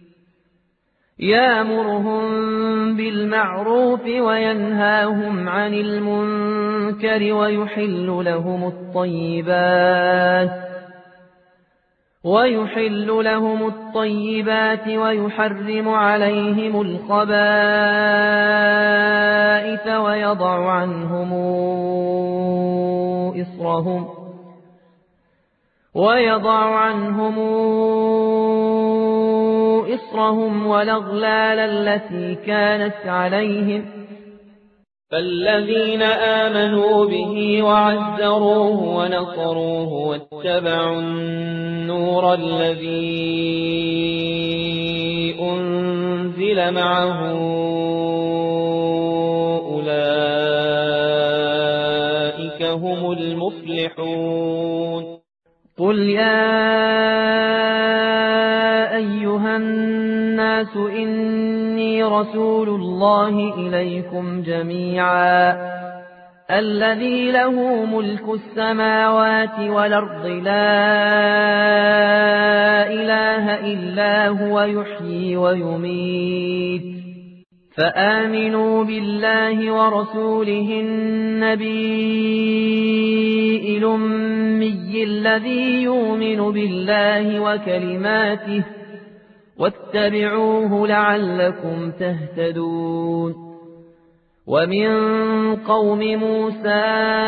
يأمرهم بالمعروف وينهاهم عن المنكر ويحل لهم الطيبات ويحرم عليهم الخبائث ويضع عنهم إصرهم والأغلال التي كانت عليهم فالذين آمنوا به وعزروه ونصروه واتبعوا النور الذي أنزل معه أولئك هم المفلحون قل يا أيها الناس إني رسول الله إليكم جميعا الذي له ملك السماوات والأرض لا إله إلا هو يحيي ويميت فآمنوا بالله ورسوله النبي الأمي الذي يؤمن بالله وكلماته واتبعوه لعلكم تهتدون ومن قوم موسى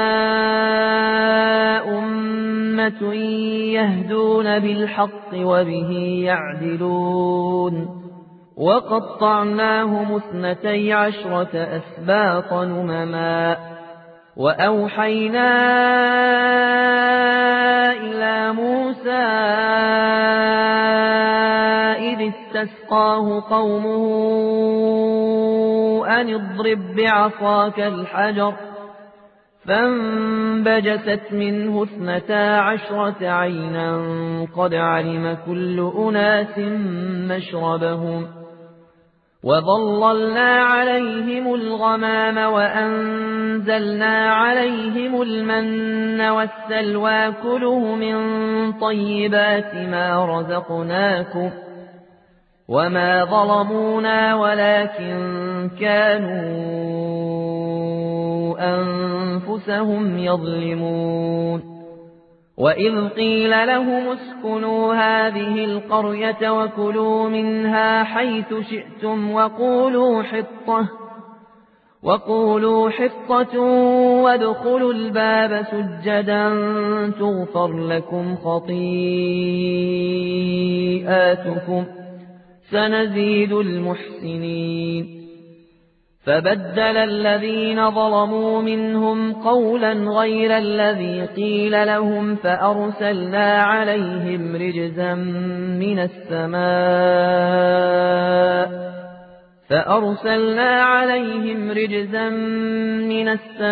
أمة يهدون بالحق وبه يعدلون وقطعناهم 12 أسباط أمما وأوحينا إلى موسى إذ استسقاه قومه أن اضرب بعصاك الحجر فانبجست منه 12 عينا قد علم كل أناس مشربهم وظللنا عليهم الغمام وأنزلنا عليهم المن والسلوى كلوا من طيبات ما رزقناكم وما ظلمونا ولكن كانوا أنفسهم يظلمون وإذ قيل لهم اسكنوا هذه القرية وكلوا منها حيث شئتم وقولوا حطة وادخلوا الباب سجدا تغفر لكم خطيئاتكم سنزيد المحسنين فبدل الذين ظلموا منهم قولا غير الذي قيل لهم فأرسلنا عليهم رجزا من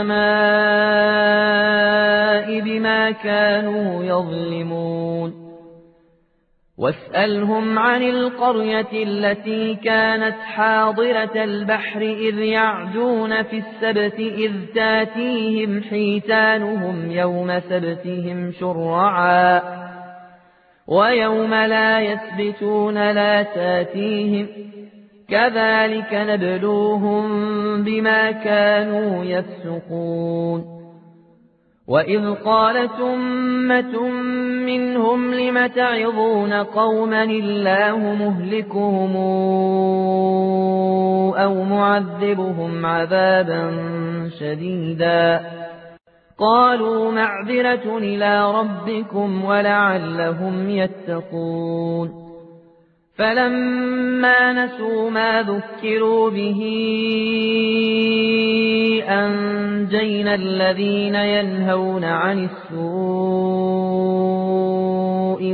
السماء بما كانوا يظلمون واسألهم عن القرية التي كانت حاضرة البحر إذ يعدون في السبت إذ تاتيهم حيتانهم يوم سبتهم شرعا ويوم لا يسبتون لا تاتيهم كذلك نبلوهم بما كانوا يفسقون وإذ قالت أمة منهم لم تعظون قوما الله مهلكهم أو معذبهم عذابا شديدا قالوا معذرة إلى ربكم ولعلهم يتقون فلما نسوا ما ذكروا به أنجينا الذين ينهون عن السوء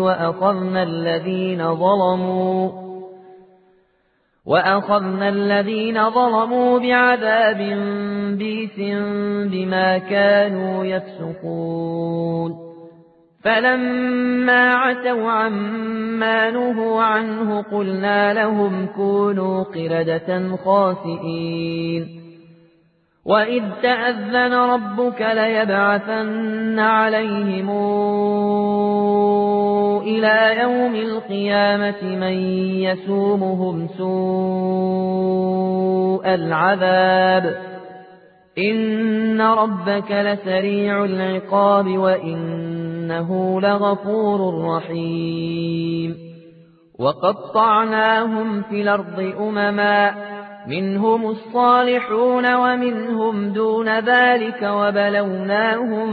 وأخذنا الذين ظلموا بعذاب بئس بما كانوا يفسقون فلما عتوا عما نهوا عنه قلنا لهم كونوا قردة خاسئين وإذ تأذن ربك ليبعثن عليهم إلى يوم القيامة من يسومهم سوء العذاب إن ربك لسريع العقاب وإنه لغفور رحيم وقطعناهم في الأرض أمما منهم الصالحون ومنهم دون ذلك وبلوناهم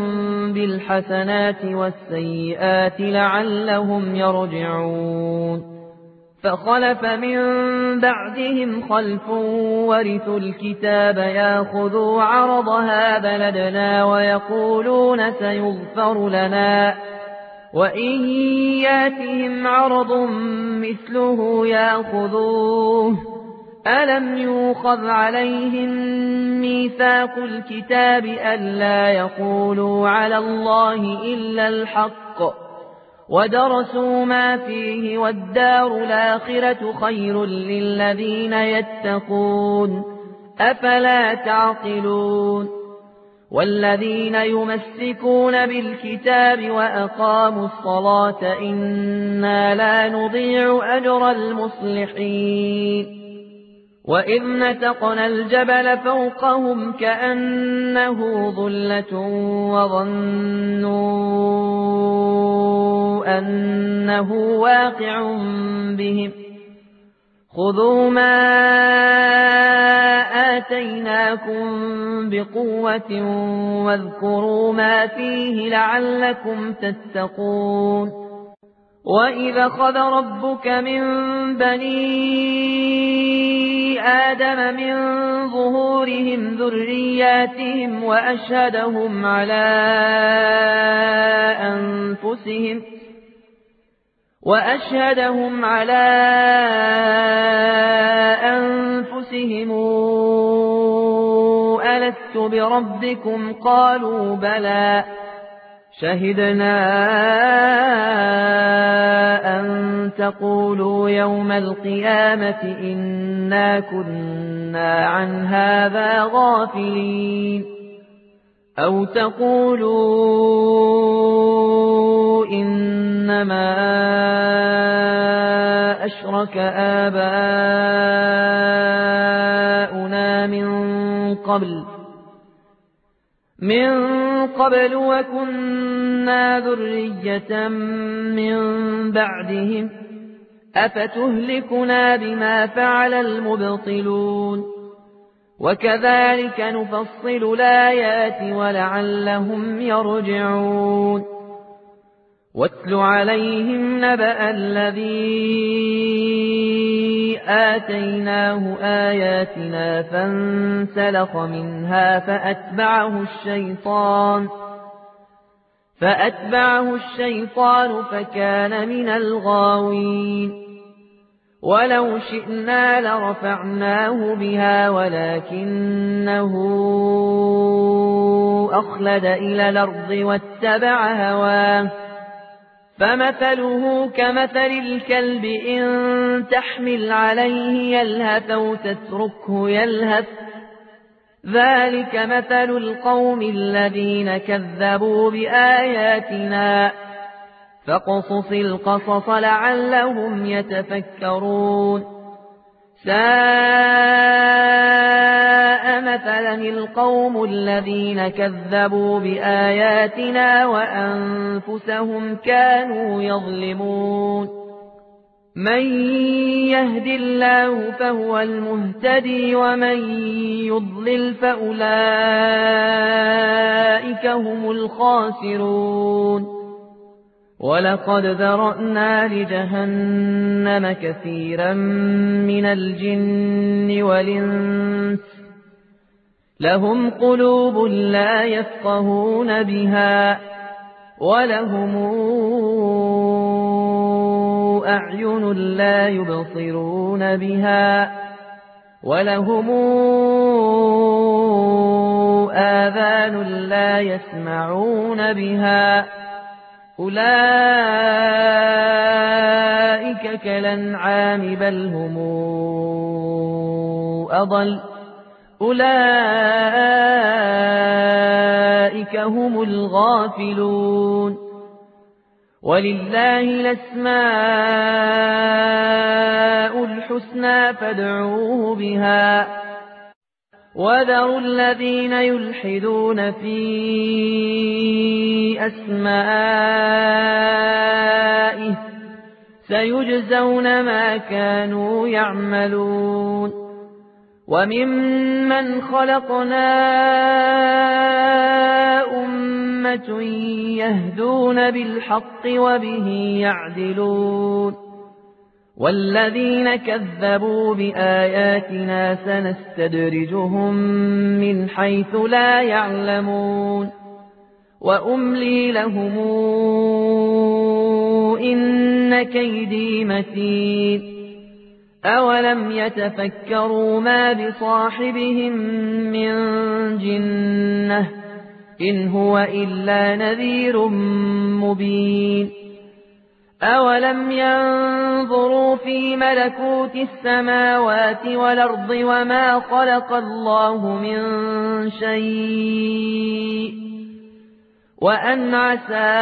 بالحسنات والسيئات لعلهم يرجعون فخلف من بعدهم خلف ورثوا الكتاب ياخذوا عرض هذا لدنا ويقولون سيغفر لنا وإن ياتهم عرض مثله ياخذوه ألم يؤخذ عليهم ميثاق الكتاب ألا يقولوا على الله إلا الحق ودرسوا ما فيه والدار الآخرة خير للذين يتقون أفلا تعقلون والذين يمسكون بالكتاب وأقاموا الصلاة إنا لا نضيع أجر المصلحين وإذ نتقنا الجبل فوقهم كأنه ظلة وظنوا أنه واقع بهم خذوا ما آتيناكم بقوة واذكروا ما فيه لعلكم تتقون وإذا خذ ربك من بني آدم من ظهورهم ذرياتهم وأشهدهم على أنفسهم ألست بربكم قالوا بلى شهدنا أن تقولوا يوم القيامة إنا كنا عن هذا غافلين أو تقولوا إنما أشرك آباؤنا من قبل وكنا ذرية من بعدهم أفتهلكنا بما فعل المبطلون وكذلك نفصل الآيات ولعلهم يرجعون واتل عليهم نبأ الذي آتيناه آياتنا فانسلخ منها فأتبعه الشيطان فكان من الغاوين ولو شئنا لرفعناه بها ولكنه أخلد إلى الأرض واتبع هواه فمثله كمثل الكلب إن تحمل عليه يلهث أو تتركه يلهث ذلك مثل القوم الذين كذبوا بآياتنا فاقصص القصص لعلهم يتفكرون ساء مثلا القوم الذين كذبوا بآياتنا وأنفسهم كانوا يظلمون من يهد الله فهو المهتدي ومن يضلل فأولئك هم الخاسرون ولقد ذرأنا لجهنم كثيرا من الجن والإنس لهم قلوب لا يفقهون بها ولهم أعين لا يبصرون بها ولهم آذان لا يسمعون بها أولئك كالأنعام بل هم أضل أولئك هم الغافلون ولله الأسماء الحسنى فادعوه بها وذروا الذين يلحدون في أسمائه سيجزون ما كانوا يعملون وممن خلقنا أمة يهدون بالحق وبه يعدلون والذين كذبوا بآياتنا سنستدرجهم من حيث لا يعلمون وأملي لهم إن كيدي متين أولم يتفكروا ما بصاحبهم من جنة إن هو إلا نذير مبين أولم ينظروا في ملكوت السماوات والأرض وما خلق الله من شيء وأن عسى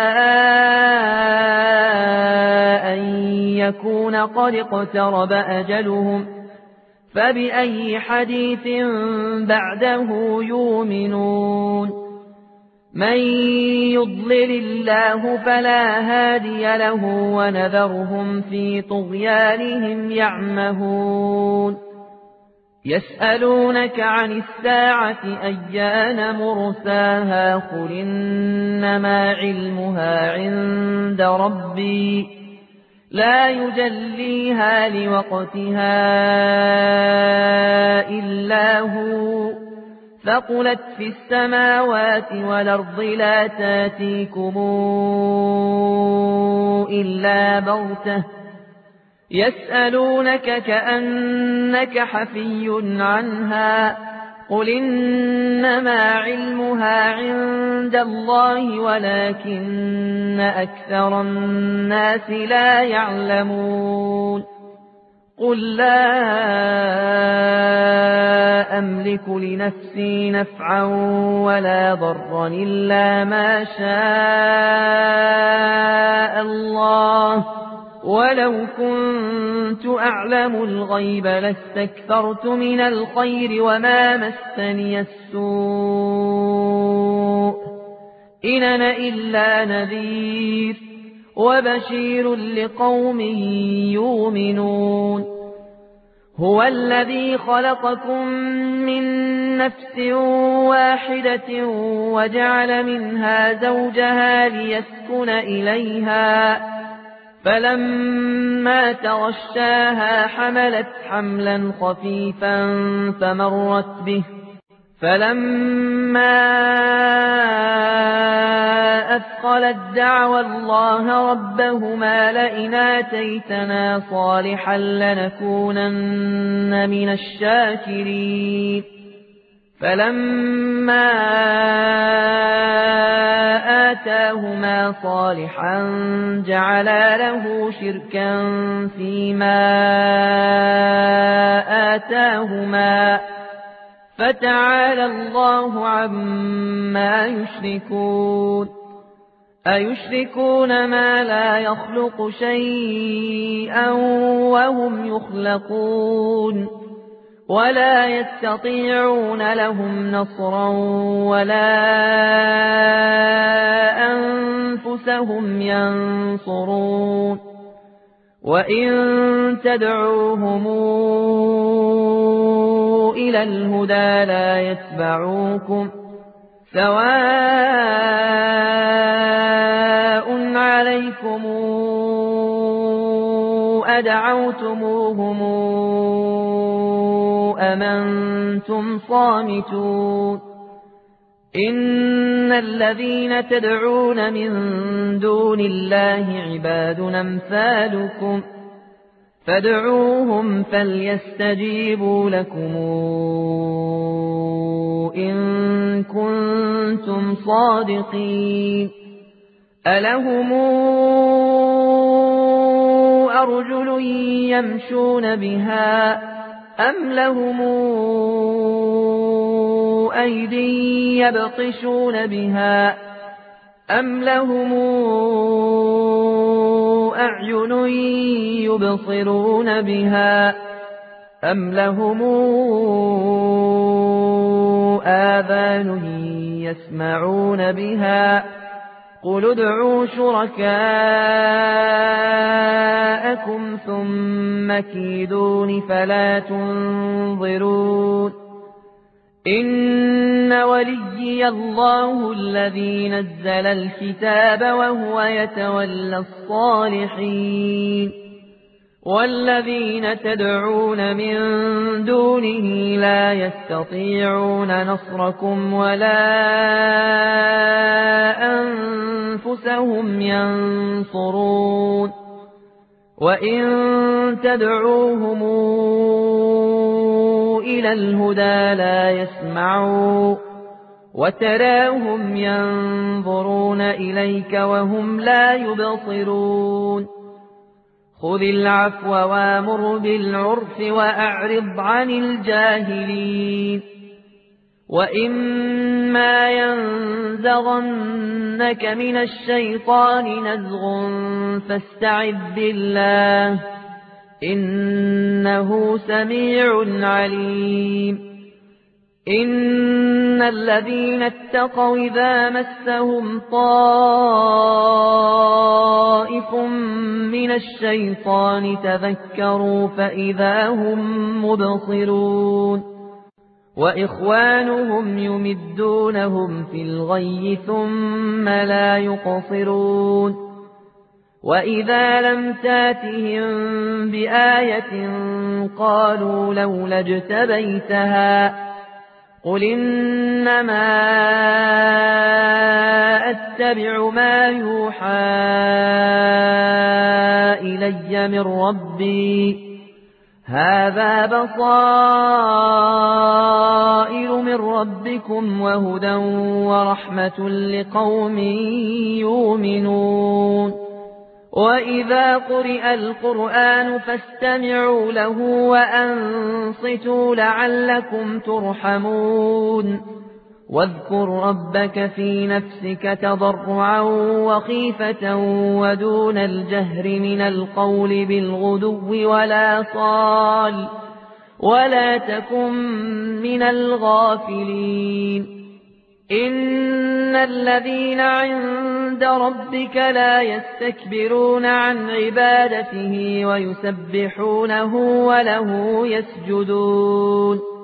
أن يكون قد اقترب أجلهم فبأي حديث بعده يؤمنون من يضلل الله فلا هادي له ونذرهم في طغيانهم يعمهون يسألونك عن الساعة أيان مرساها قل إنما علمها عند ربي لا يجليها لوقتها إلا هو ثقلت في السماوات والأرض لا تاتيكم إلا بغتة يسألونك كأنك حفي عنها قل إنما علمها عند الله ولكن أكثر الناس لا يعلمون قل لا أملك لنفسي نفعا ولا ضرا إلا ما شاء الله ولو كنت أعلم الغيب لاستكثرت من الخير وما مسني السوء إن أنا إلا نذير وبشير لقوم يؤمنون هو الذي خلقكم من نفس واحدة وجعل منها زوجها ليسكن إليها فلما تغشاها حملت حملا خفيفا فمرت به فلما أثقلت دعوى الله ربهما لئن آتيتنا صالحا لنكونن من الشاكرين فلما آتاهما صالحا جعلا له شركا فيما آتاهما فتعالى الله عما يشركون أيشركون ما لا يخلق شيئا وهم يخلقون ولا يستطيعون لهم نصرا ولا أنفسهم ينصرون وإن تدعوهم إلى الهدى لا يتبعوكم سواء عليكم أدعوتموهم أم أنتم صامتون إن الذين تدعون من دون الله عباد أمثالكم فادعوهم فليستجيبوا لكم إن كنتم صادقين ألهم أرجل يمشون بها أم لهم أيدي يبطشون بها أم لهم أعين يبصرون بها أم لهم آذان يسمعون بها قل ادعوا شركاءكم ثم كيدون فلا تنظرون إن وليي الله الذي نزل الكتاب وهو يتولى الصالحين والذين تدعون من دونه لا يستطيعون نصركم ولا أنفسهم ينصرون وإن تدعوهم إلى الهدى لا يسمعوا وتراهم ينظرون إليك وهم لا يبصرون خذ العفو وامر بالعرف وأعرض عن الجاهلين وإما ينزغنك من الشيطان نزغ فاستعذ بالله إنه سميع عليم إن الذين اتقوا إذا مسهم طائف من الشيطان تذكروا فإذا هم مبصرون وإخوانهم يمدونهم في الغي ثم لا يقصرون وإذا لم تاتهم بآية قالوا لولا اجتبيتها قل إنما أتبع ما يوحى إلي من ربي هذا بصائر من ربكم وهدى ورحمة لقوم يؤمنون وإذا قرئ القرآن فاستمعوا له وأنصتوا لعلكم ترحمون واذكر ربك في نفسك تضرعا وخيفة ودون الجهر من القول بالغدو ولا صال ولا تكن من الغافلين إن الذين عند ربك لا يستكبرون عن عبادته ويسبحونه وله يسجدون